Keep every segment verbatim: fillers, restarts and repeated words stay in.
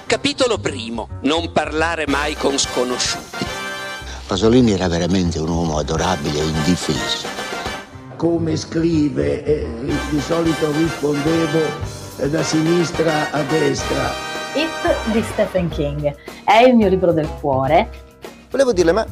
Capitolo primo. Non parlare mai con sconosciuti. Pasolini era veramente un uomo adorabile e indifeso. Come scrive, eh, di solito rispondevo eh, da sinistra a destra. It di Stephen King è il mio libro del cuore. Volevo dirle, ma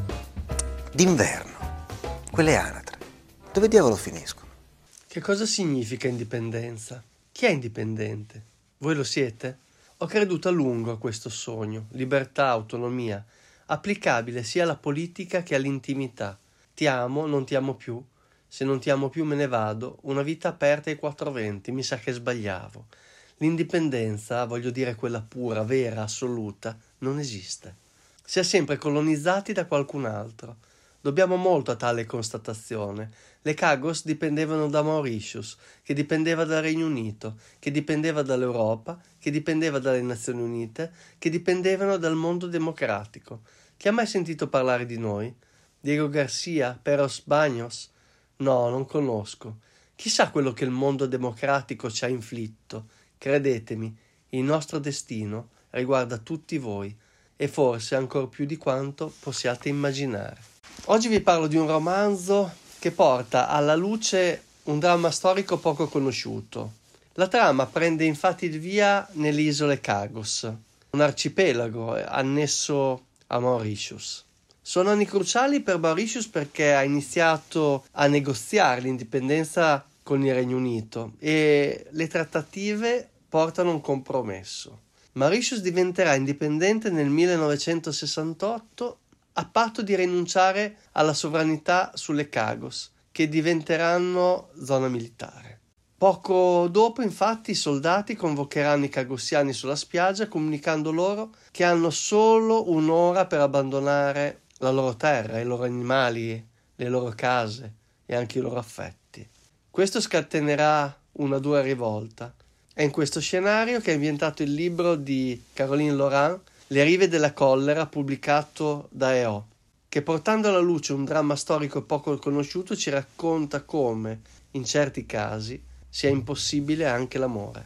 d'inverno, quelle anatre, dove diavolo finiscono? Che cosa significa indipendenza? Chi è indipendente? Voi lo siete? Ho creduto a lungo a questo sogno, libertà, autonomia, applicabile sia alla politica che all'intimità. Ti amo, non ti amo più. Se non ti amo più me ne vado. Una vita aperta ai quattro venti, mi sa che sbagliavo. L'indipendenza, voglio dire quella pura, vera, assoluta, non esiste. Si è sempre colonizzati da qualcun altro. Dobbiamo molto a tale constatazione. Le Chagos dipendevano da Mauritius, che dipendeva dal Regno Unito, che dipendeva dall'Europa, che dipendeva dalle Nazioni Unite, che dipendevano dal mondo democratico. Chi ha mai sentito parlare di noi? Diego Garcia? Peros Baños? No, non conosco. Chissà quello che il mondo democratico ci ha inflitto. Credetemi, il nostro destino riguarda tutti voi e forse ancor più di quanto possiate immaginare. Oggi vi parlo di un romanzo che porta alla luce un dramma storico poco conosciuto. La trama prende infatti il via nelle isole Chagos, un arcipelago annesso a Mauritius. Sono anni cruciali per Mauritius perché ha iniziato a negoziare l'indipendenza con il Regno Unito e le trattative portano a un compromesso. Mauritius diventerà indipendente nel millenovecentosessantotto a patto di rinunciare alla sovranità sulle Chagos, che diventeranno zona militare. Poco dopo, infatti, i soldati convocheranno i chagosiani sulla spiaggia comunicando loro che hanno solo un'ora per abbandonare la loro terra, i loro animali, le loro case e anche i loro affetti. Questo scatenerà una dura rivolta. È in questo scenario che è ambientato il libro di Caroline Laurent, Le rive della collera, pubblicato da E O, che portando alla luce un dramma storico poco conosciuto ci racconta come, in certi casi, sia impossibile anche l'amore.